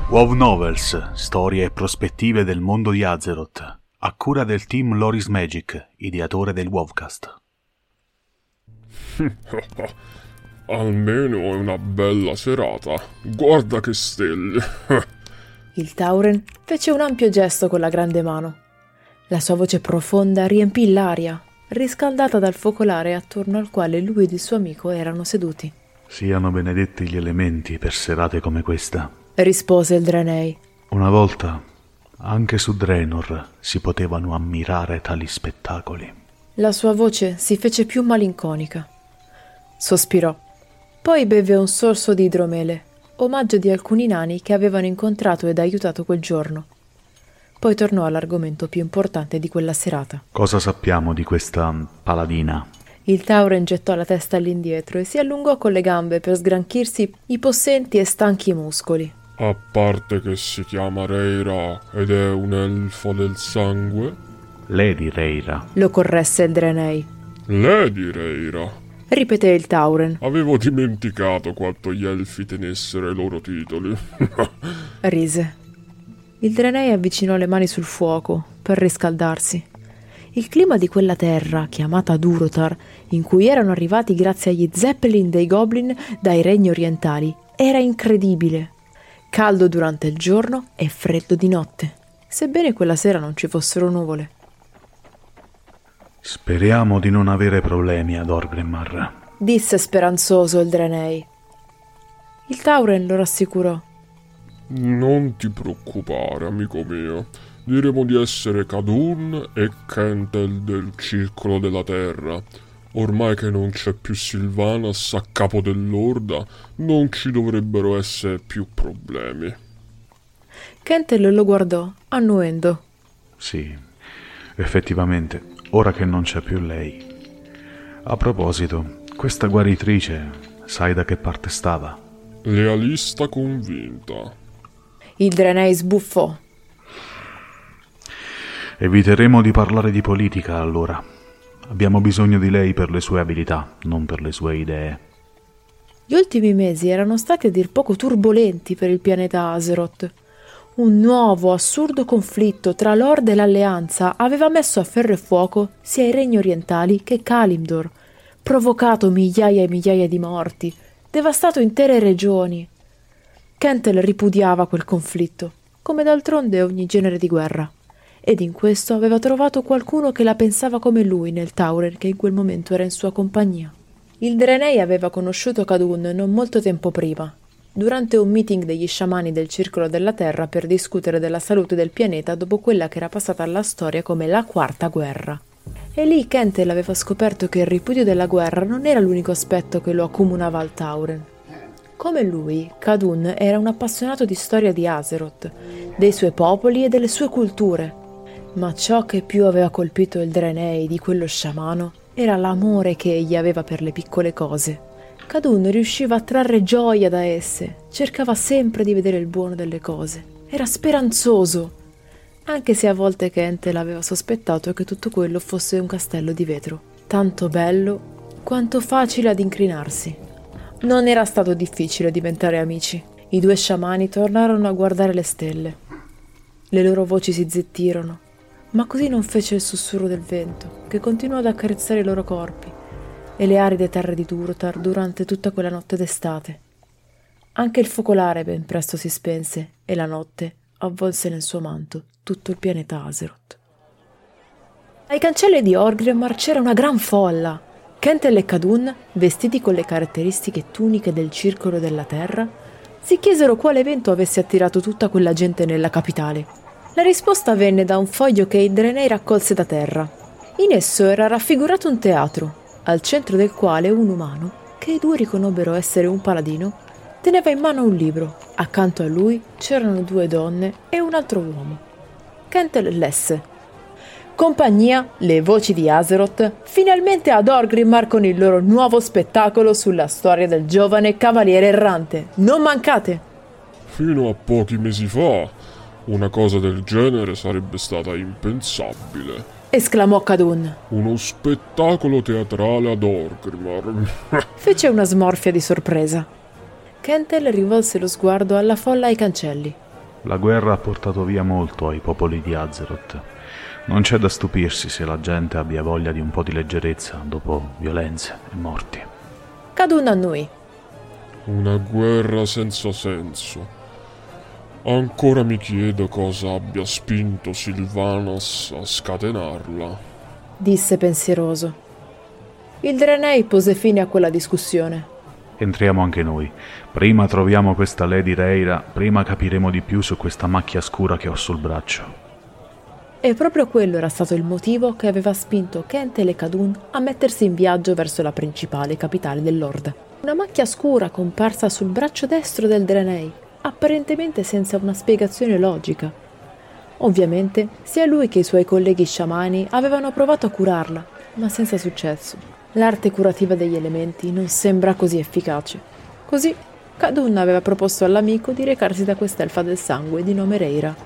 WoW Novels, storie e prospettive del mondo di Azeroth, a cura del team Loris Magic, ideatore del WoWcast. Almeno è una bella serata. Guarda che stelle. Il Tauren fece un ampio gesto con la grande mano. La sua voce profonda riempì l'aria, riscaldata dal focolare attorno al quale lui ed il suo amico erano seduti. Siano benedetti gli elementi per serate come questa, rispose il Draenei. Una volta, anche su Draenor, si potevano ammirare tali spettacoli. La sua voce si fece più malinconica. Sospirò. Poi beve un sorso di idromele, omaggio di alcuni nani che avevano incontrato ed aiutato quel giorno. Poi tornò all'argomento più importante di quella serata. Cosa sappiamo di questa paladina? Il Tauren gettò la testa all'indietro e si allungò con le gambe per sgranchirsi i possenti e stanchi muscoli. A parte che si chiama Rhaeira ed è un elfo del sangue? Lady Rhaeira, lo corresse il Draenei. Lady Rhaeira, ripeté il Tauren. Avevo dimenticato quanto gli elfi tenessero i loro titoli. Rise. Il Draenei avvicinò le mani sul fuoco per riscaldarsi. Il clima di quella terra, chiamata Durotar, in cui erano arrivati grazie agli Zeppelin dei Goblin dai regni orientali, era incredibile. Caldo durante il giorno e freddo di notte, sebbene quella sera non ci fossero nuvole. Speriamo di non avere problemi ad Orgrimmar, disse speranzoso il Draenei. Il Tauren lo rassicurò. Non ti preoccupare, amico mio. Diremo di essere Kadun e Kentel del Circolo della Terra. Ormai che non c'è più Sylvanas a capo dell'Orda, non ci dovrebbero essere più problemi. Kentel lo guardò, annuendo. Sì, effettivamente, ora che non c'è più lei. A proposito, questa guaritrice, sai da che parte stava? Lealista convinta. Il Draenei sbuffò. Eviteremo di parlare di politica, allora. Abbiamo bisogno di lei per le sue abilità, non per le sue idee. Gli ultimi mesi erano stati a dir poco turbolenti per il pianeta Azeroth. Un nuovo, assurdo conflitto tra l'Horde e l'Alleanza aveva messo a ferro e fuoco sia i regni orientali che Kalimdor, provocato migliaia e migliaia di morti, devastato intere regioni. Kentel ripudiava quel conflitto, come d'altronde ogni genere di guerra. Ed in questo aveva trovato qualcuno che la pensava come lui nel Tauren che in quel momento era in sua compagnia. Il Draenei aveva conosciuto Kadun non molto tempo prima, durante un meeting degli sciamani del Circolo della Terra per discutere della salute del pianeta dopo quella che era passata alla storia come la Quarta Guerra. E lì Kentel aveva scoperto che il ripudio della guerra non era l'unico aspetto che lo accomunava al Tauren. Come lui, Kadun era un appassionato di storia di Azeroth, dei suoi popoli e delle sue culture. Ma ciò che più aveva colpito il Draenei di quello sciamano era l'amore che egli aveva per le piccole cose. Kadun riusciva a trarre gioia da esse, cercava sempre di vedere il buono delle cose. Era speranzoso, anche se a volte Kentel aveva sospettato che tutto quello fosse un castello di vetro, tanto bello quanto facile ad incrinarsi. Non era stato difficile diventare amici. I due sciamani tornarono a guardare le stelle. Le loro voci si zittirono. Ma così non fece il sussurro del vento, che continuò ad accarezzare i loro corpi e le aride terre di Durotar durante tutta quella notte d'estate. Anche il focolare ben presto si spense e la notte avvolse nel suo manto tutto il pianeta Azeroth. Ai cancelli di Orgrimmar c'era una gran folla. Kentel e Kadun, vestiti con le caratteristiche tuniche del Circolo della Terra, si chiesero quale evento avesse attirato tutta quella gente nella capitale. La risposta venne da un foglio che il Draenei raccolse da terra. In esso era raffigurato un teatro, al centro del quale un umano, che i due riconobbero essere un paladino, teneva in mano un libro. Accanto a lui c'erano due donne e un altro uomo. Kentel lesse. Compagnia, le voci di Azeroth, finalmente ad Orgrimmar con il loro nuovo spettacolo sulla storia del giovane cavaliere errante. Non mancate! Fino a pochi mesi fa una cosa del genere sarebbe stata impensabile, esclamò Kadun. Uno spettacolo teatrale ad Orgrimmar. Fece una smorfia di sorpresa. Kentel rivolse lo sguardo alla folla ai cancelli. La guerra ha portato via molto ai popoli di Azeroth. Non c'è da stupirsi se la gente abbia voglia di un po' di leggerezza dopo violenze e morti. Kadun annui. Una guerra senza senso. Ancora mi chiedo cosa abbia spinto Sylvanas a scatenarla. Disse pensieroso. Il Draenei pose fine a quella discussione. Entriamo anche noi. Prima troviamo questa Lady Rhaeira, prima capiremo di più su questa macchia scura che ho sul braccio. E proprio quello era stato il motivo che aveva spinto Kentel e Kadun a mettersi in viaggio verso la principale capitale dell'Horde. Una macchia scura comparsa sul braccio destro del Draenei, apparentemente senza una spiegazione logica. Ovviamente, sia lui che i suoi colleghi sciamani avevano provato a curarla, ma senza successo. L'arte curativa degli elementi non sembra così efficace. Così, Kadun aveva proposto all'amico di recarsi da quest'elfa del sangue di nome Rhaeira.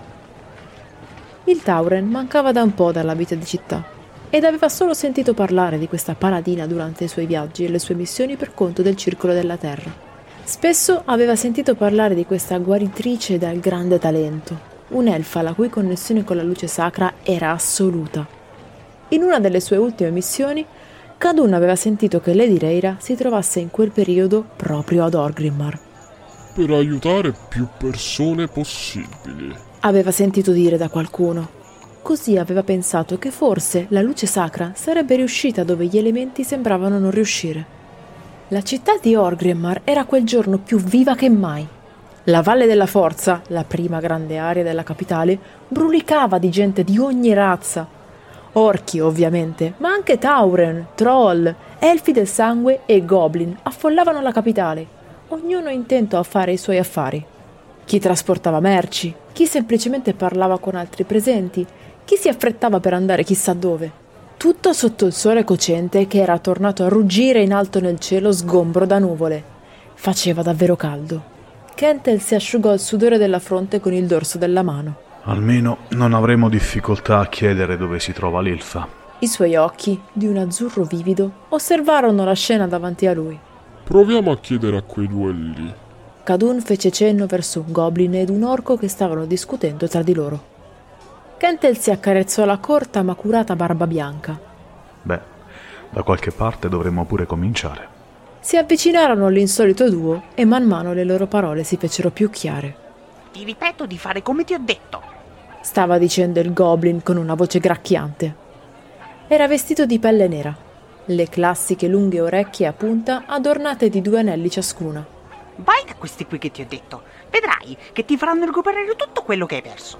Il Tauren mancava da un po' dalla vita di città ed aveva solo sentito parlare di questa paladina durante i suoi viaggi e le sue missioni per conto del Circolo della Terra. Spesso aveva sentito parlare di questa guaritrice dal grande talento, un'elfa la cui connessione con la luce sacra era assoluta. In una delle sue ultime missioni, Kadun aveva sentito che Lady Rhaeira si trovasse in quel periodo proprio ad Orgrimmar. Per aiutare più persone possibili. Aveva sentito dire da qualcuno. Così aveva pensato che forse la luce sacra sarebbe riuscita dove gli elementi sembravano non riuscire. La città di Orgrimmar era quel giorno più viva che mai. La Valle della Forza, la prima grande area della capitale, brulicava di gente di ogni razza. Orchi, ovviamente, ma anche Tauren, troll, elfi del sangue e goblin affollavano la capitale, ognuno intento a fare i suoi affari. Chi trasportava merci, chi semplicemente parlava con altri presenti, chi si affrettava per andare chissà dove. Tutto sotto il sole cocente che era tornato a ruggire in alto nel cielo sgombro da nuvole. Faceva davvero caldo. Kentel si asciugò il sudore della fronte con il dorso della mano. Almeno non avremo difficoltà a chiedere dove si trova l'elfa. I suoi occhi, di un azzurro vivido, osservarono la scena davanti a lui. Proviamo a chiedere a quei due lì. Kadun fece cenno verso un goblin ed un orco che stavano discutendo tra di loro. Kentel si accarezzò la corta ma curata barba bianca. Beh, da qualche parte dovremmo pure cominciare. Si avvicinarono all'insolito duo e man mano le loro parole si fecero più chiare. Ti ripeto di fare come ti ho detto. Stava dicendo il goblin con una voce gracchiante. Era vestito di pelle nera, le classiche lunghe orecchie a punta adornate di 2 anelli ciascuna. Vai da questi qui che ti ho detto. Vedrai che ti faranno recuperare tutto quello che hai perso.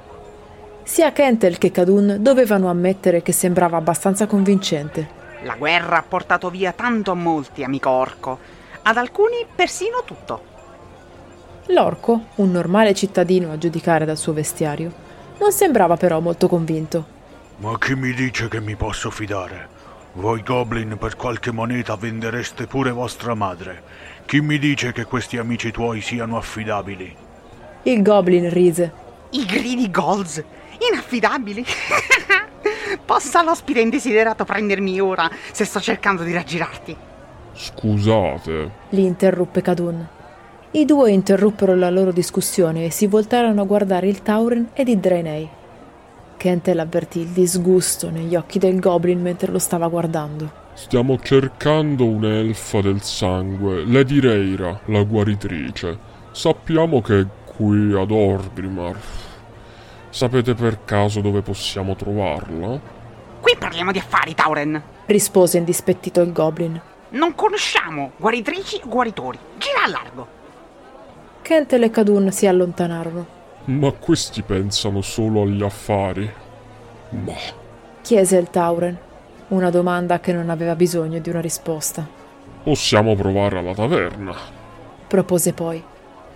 Sia Kentel che Kadun dovevano ammettere che sembrava abbastanza convincente. La guerra ha portato via tanto a molti, amico orco. Ad alcuni persino tutto. L'orco, un normale cittadino a giudicare dal suo vestiario, non sembrava però molto convinto. Ma chi mi dice che mi posso fidare? Voi goblin per qualche moneta vendereste pure vostra madre. Chi mi dice che questi amici tuoi siano affidabili? Il goblin rise. I greedy golds, inaffidabili. Possa l'ospite indesiderato prendermi ora se sto cercando di raggirarti. Scusate. Li interruppe Kadun. I due interruppero la loro discussione e si voltarono a guardare il Tauren ed il Draenei. Kentel avvertì il disgusto negli occhi del goblin mentre lo stava guardando. Stiamo cercando un'elfa del sangue, Lady Rhaeira, la guaritrice. Sappiamo che è qui ad Orgrimmar. Sapete per caso dove possiamo trovarla? Qui parliamo di affari, Tauren. Rispose indispettito il goblin. Non conosciamo guaritrici o guaritori. Gira a largo. Kentel e Kadun si allontanarono. Ma questi pensano solo agli affari. Ma Chiese il Tauren. Una domanda che non aveva bisogno di una risposta. possiamo provare alla taverna. Propose poi.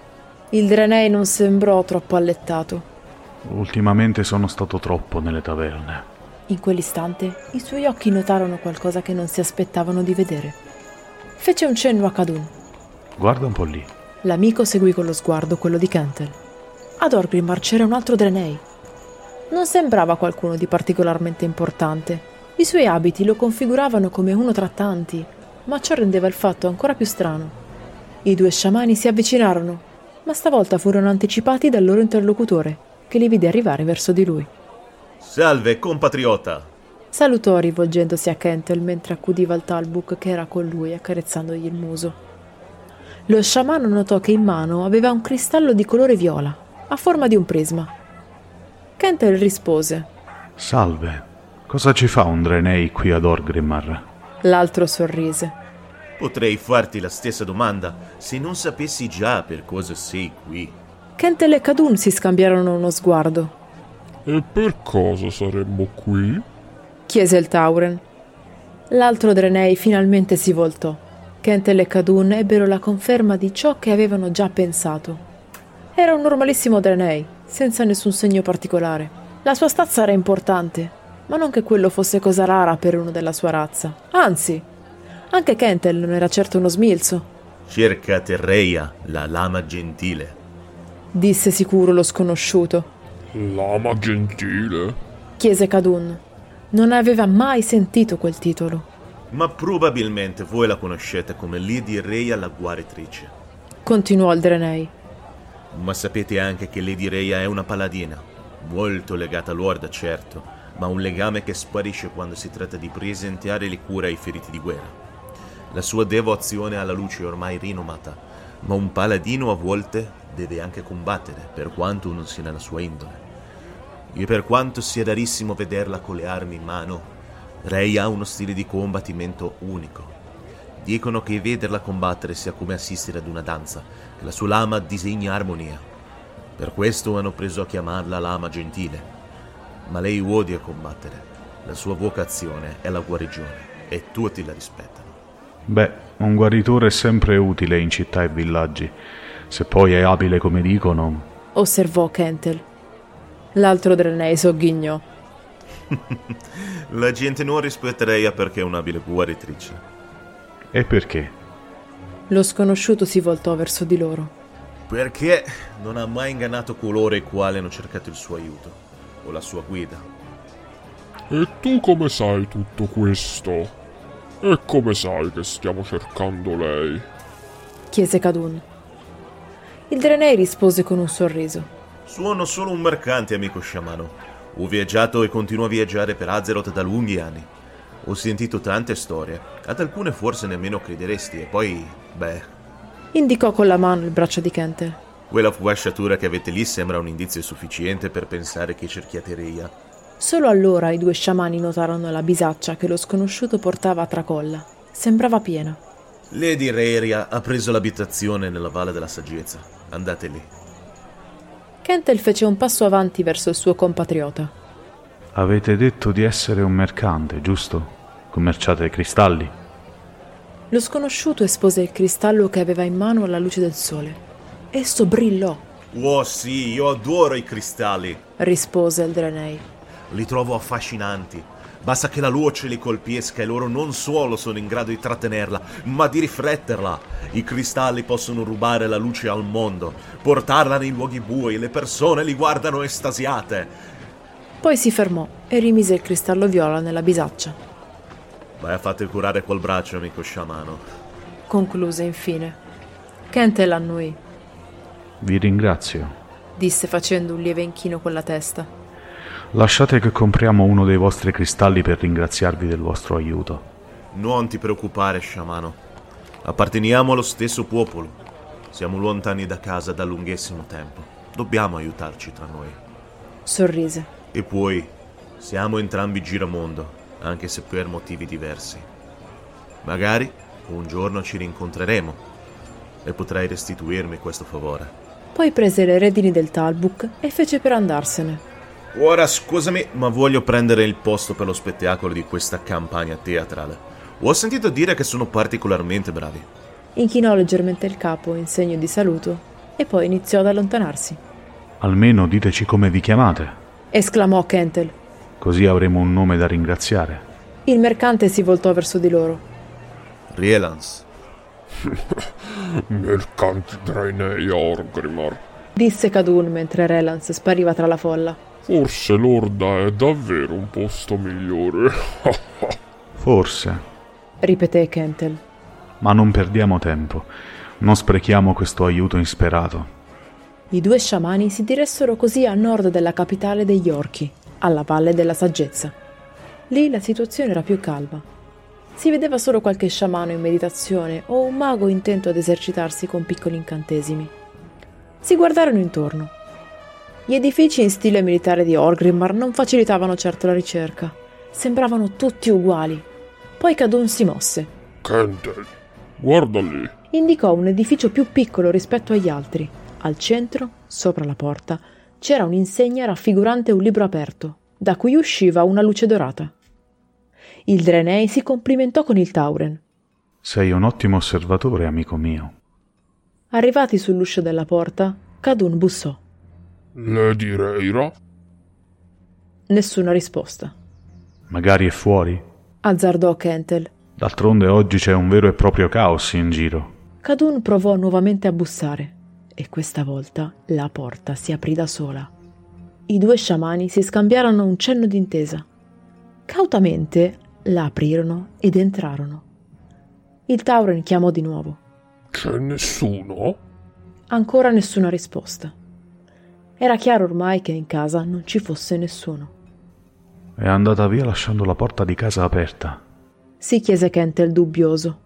Il Draenei non sembrò troppo allettato. Ultimamente sono stato troppo nelle taverne. In quell'istante i suoi occhi notarono qualcosa che non si aspettavano di vedere. Fece un cenno a Kadun. Guarda un po' lì. L'amico seguì con lo sguardo quello di Kentel. Ad Orgrimmar c'era un altro Draenei. Non sembrava qualcuno di particolarmente importante. I suoi abiti lo configuravano come uno tra tanti, ma ciò rendeva il fatto ancora più strano. I due sciamani si avvicinarono. ma stavolta furono anticipati dal loro interlocutore, che li vide arrivare verso di lui. Salve, compatriota! Salutò rivolgendosi a Kentel mentre accudiva il Talbuk che era con lui, accarezzandogli il muso. Lo sciamano notò che in mano aveva un cristallo di colore viola, a forma di un prisma. Kentel rispose: Salve, cosa ci fa un Draenei qui ad Orgrimmar? L'altro sorrise. Potrei farti la stessa domanda se non sapessi già per cosa sei qui. Kentel e Kadun si scambiarono uno sguardo. E per cosa saremmo qui? Chiese il Tauren. L'altro Draenei finalmente si voltò. Kentel e Kadun ebbero la conferma di ciò che avevano già pensato. Era un normalissimo Draenei, senza nessun segno particolare. La sua stazza era importante, ma non che quello fosse cosa rara per uno della sua razza. Anzi, anche Kentel non era certo uno smilzo. Cercate Rheia, la lama gentile, disse sicuro lo sconosciuto. Lama gentile? Chiese Kadun. Non aveva mai sentito quel titolo. ma probabilmente voi la conoscete come Lady Rheia la guaritrice. Continuò il Draenei. Ma sapete anche che Lady Rheia è una paladina, molto legata all'Orda, certo, ma un legame che sparisce quando si tratta di presentare le cure ai feriti di guerra. La sua devozione alla luce è ormai rinomata, ma un paladino a volte deve anche combattere, per quanto non sia nella sua indole. E per quanto sia rarissimo vederla con le armi in mano, Rheia ha uno stile di combattimento unico. Dicono che vederla combattere sia come assistere ad una danza, che la sua lama disegna armonia. Per questo hanno preso a chiamarla lama gentile. Ma lei odia combattere. La sua vocazione è la guarigione e tutti la rispettano. Beh, un guaritore è sempre utile in città e villaggi. Se poi è abile come dicono, osservò Kentel. L'altro Draenei sogghignò. La gente non rispetta Rheia perché è un'abile guaritrice. E perché? Lo sconosciuto si voltò verso di loro. Perché non ha mai ingannato coloro i quali hanno cercato il suo aiuto o la sua guida. E tu come sai tutto questo? E come sai che stiamo cercando lei? Chiese Kadun. Il Draenei rispose con un sorriso. Sono solo un mercante, amico sciamano. Ho viaggiato e continuo a viaggiare per Azeroth da lunghi anni. Ho sentito tante storie, ad alcune forse nemmeno crederesti, e poi, Indicò con la mano il braccio di Kentel. quella fasciatura che avete lì sembra un indizio sufficiente per pensare che cerchiate Rheia. Solo allora i due sciamani notarono la bisaccia che lo sconosciuto portava a tracolla. Sembrava piena. Lady Rheia ha preso l'abitazione nella Valle della Saggezza. Andate lì. Kentel fece un passo avanti verso il suo compatriota. Avete detto di essere un mercante, giusto? Commerciate cristalli? Lo sconosciuto espose il cristallo che aveva in mano alla luce del sole. Esso brillò, Oh sì, io adoro i cristalli. rispose il Draenei. Li trovo affascinanti. Basta che la luce li colpisca e loro non solo sono in grado di trattenerla, ma di rifletterla. I cristalli possono rubare la luce al mondo, portarla nei luoghi bui e le persone li guardano estasiate. Poi si fermò e rimise il cristallo viola nella bisaccia. Vai a farti curare quel braccio, amico sciamano. Concluse infine. Kentel annui, Vi ringrazio. disse facendo un lieve inchino con la testa. Lasciate che compriamo uno dei vostri cristalli per ringraziarvi del vostro aiuto. Non ti preoccupare, sciamano. Apparteniamo allo stesso popolo. Siamo lontani da casa da lunghissimo tempo. Dobbiamo aiutarci tra noi. Sorrise. E poi, siamo entrambi giramondo, anche se per motivi diversi. Magari un giorno ci rincontreremo e potrai restituirmi questo favore. Poi prese le redini del Talbuk e fece per andarsene. Ora scusami, ma voglio prendere il posto per lo spettacolo di questa campagna teatrale. Ho sentito dire che sono particolarmente bravi. Inchinò leggermente il capo in segno di saluto e poi iniziò ad allontanarsi. Almeno diteci come vi chiamate, Esclamò Kentel. così avremo un nome da ringraziare. Il mercante si voltò verso di loro. Rielans. Mercanti Draenei Orgrimmar. Disse Kadun mentre Relans spariva tra la folla. Forse l'Orda è davvero un posto migliore. Forse, Ripeté Kentel. ma non perdiamo tempo. Non sprechiamo questo aiuto insperato. I due sciamani si diressero così a nord della capitale degli orchi, alla Valle della Saggezza. Lì la situazione era più calma. Si vedeva solo qualche sciamano in meditazione o un mago intento ad esercitarsi con piccoli incantesimi. Si guardarono intorno. Gli edifici in stile militare di Orgrimmar non facilitavano certo la ricerca. Sembravano tutti uguali. Poi Kadun si mosse. Kentel, guarda lì. Indicò un edificio più piccolo rispetto agli altri. Al centro, sopra la porta, c'era un'insegna raffigurante un libro aperto, da cui usciva una luce dorata. Il Draenei si complimentò con il Tauren. Sei un ottimo osservatore, amico mio. Arrivati sull'uscio della porta, Kadun bussò. Lady Rhaeira? Nessuna risposta. Magari è fuori? Azzardò Kentel. D'altronde oggi c'è un vero e proprio caos in giro. Kadun provò nuovamente a bussare, e questa volta la porta si aprì da sola. I due sciamani si scambiarono un cenno d'intesa. Cautamente la aprirono ed entrarono. Il Tauren chiamò di nuovo. C'è nessuno? Ancora nessuna risposta. Era chiaro ormai che in casa non ci fosse nessuno. È andata via lasciando la porta di casa aperta. Si chiese Kentel dubbioso.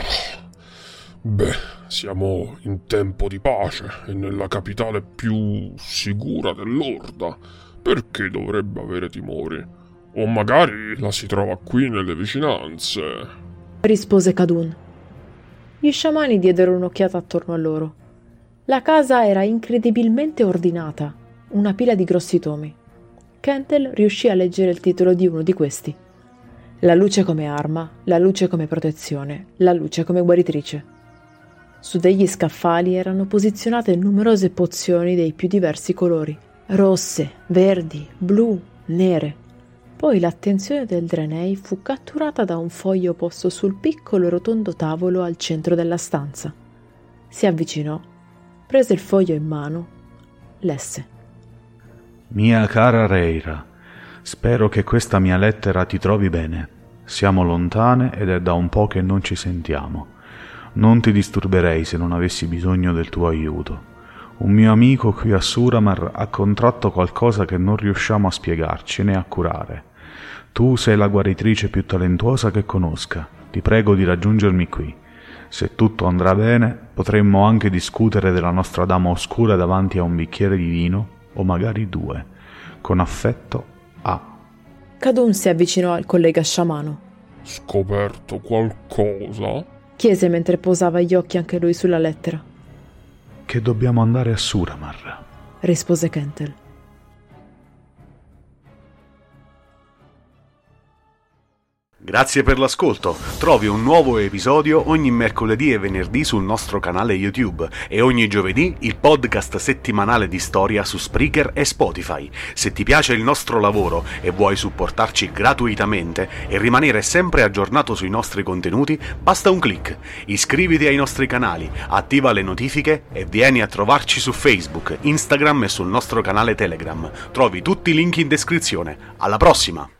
Beh, siamo in tempo di pace e nella capitale più sicura dell'Orda. Perché dovrebbe avere timori? O magari la si trova qui nelle vicinanze. Rispose Kadun. Gli sciamani diedero un'occhiata attorno a loro. La casa era incredibilmente ordinata, una pila di grossi tomi. Kentel riuscì a leggere il titolo di uno di questi. La luce come arma, la luce come protezione, la luce come guaritrice. Su degli scaffali erano posizionate numerose pozioni dei più diversi colori, rosse, verdi, blu, nere. Poi l'attenzione del Draenei fu catturata da un foglio posto sul piccolo e rotondo tavolo al centro della stanza. Si avvicinò, prese il foglio in mano, lesse. Mia cara Rhaeira, spero che questa mia lettera ti trovi bene. Siamo lontane ed è da un po' che non ci sentiamo. Non ti disturberei se non avessi bisogno del tuo aiuto. Un mio amico qui a Suramar ha contratto qualcosa che non riusciamo a spiegarci né a curare. Tu sei la guaritrice più talentuosa che conosca. Ti prego di raggiungermi qui. Se tutto andrà bene, potremmo anche discutere della nostra dama oscura davanti a un bicchiere di vino, o magari 2. Con affetto, A. Kadun si avvicinò al collega sciamano. Scoperto qualcosa? Chiese mentre posava gli occhi anche lui sulla lettera. Che dobbiamo andare a Suramar, rispose Kentel. Grazie per l'ascolto. Trovi un nuovo episodio ogni mercoledì e venerdì sul nostro canale YouTube e ogni giovedì il podcast settimanale di storia su Spreaker e Spotify. Se ti piace il nostro lavoro e vuoi supportarci gratuitamente e rimanere sempre aggiornato sui nostri contenuti, basta un click. Iscriviti ai nostri canali, attiva le notifiche e vieni a trovarci su Facebook, Instagram e sul nostro canale Telegram. Trovi tutti i link in descrizione. Alla prossima!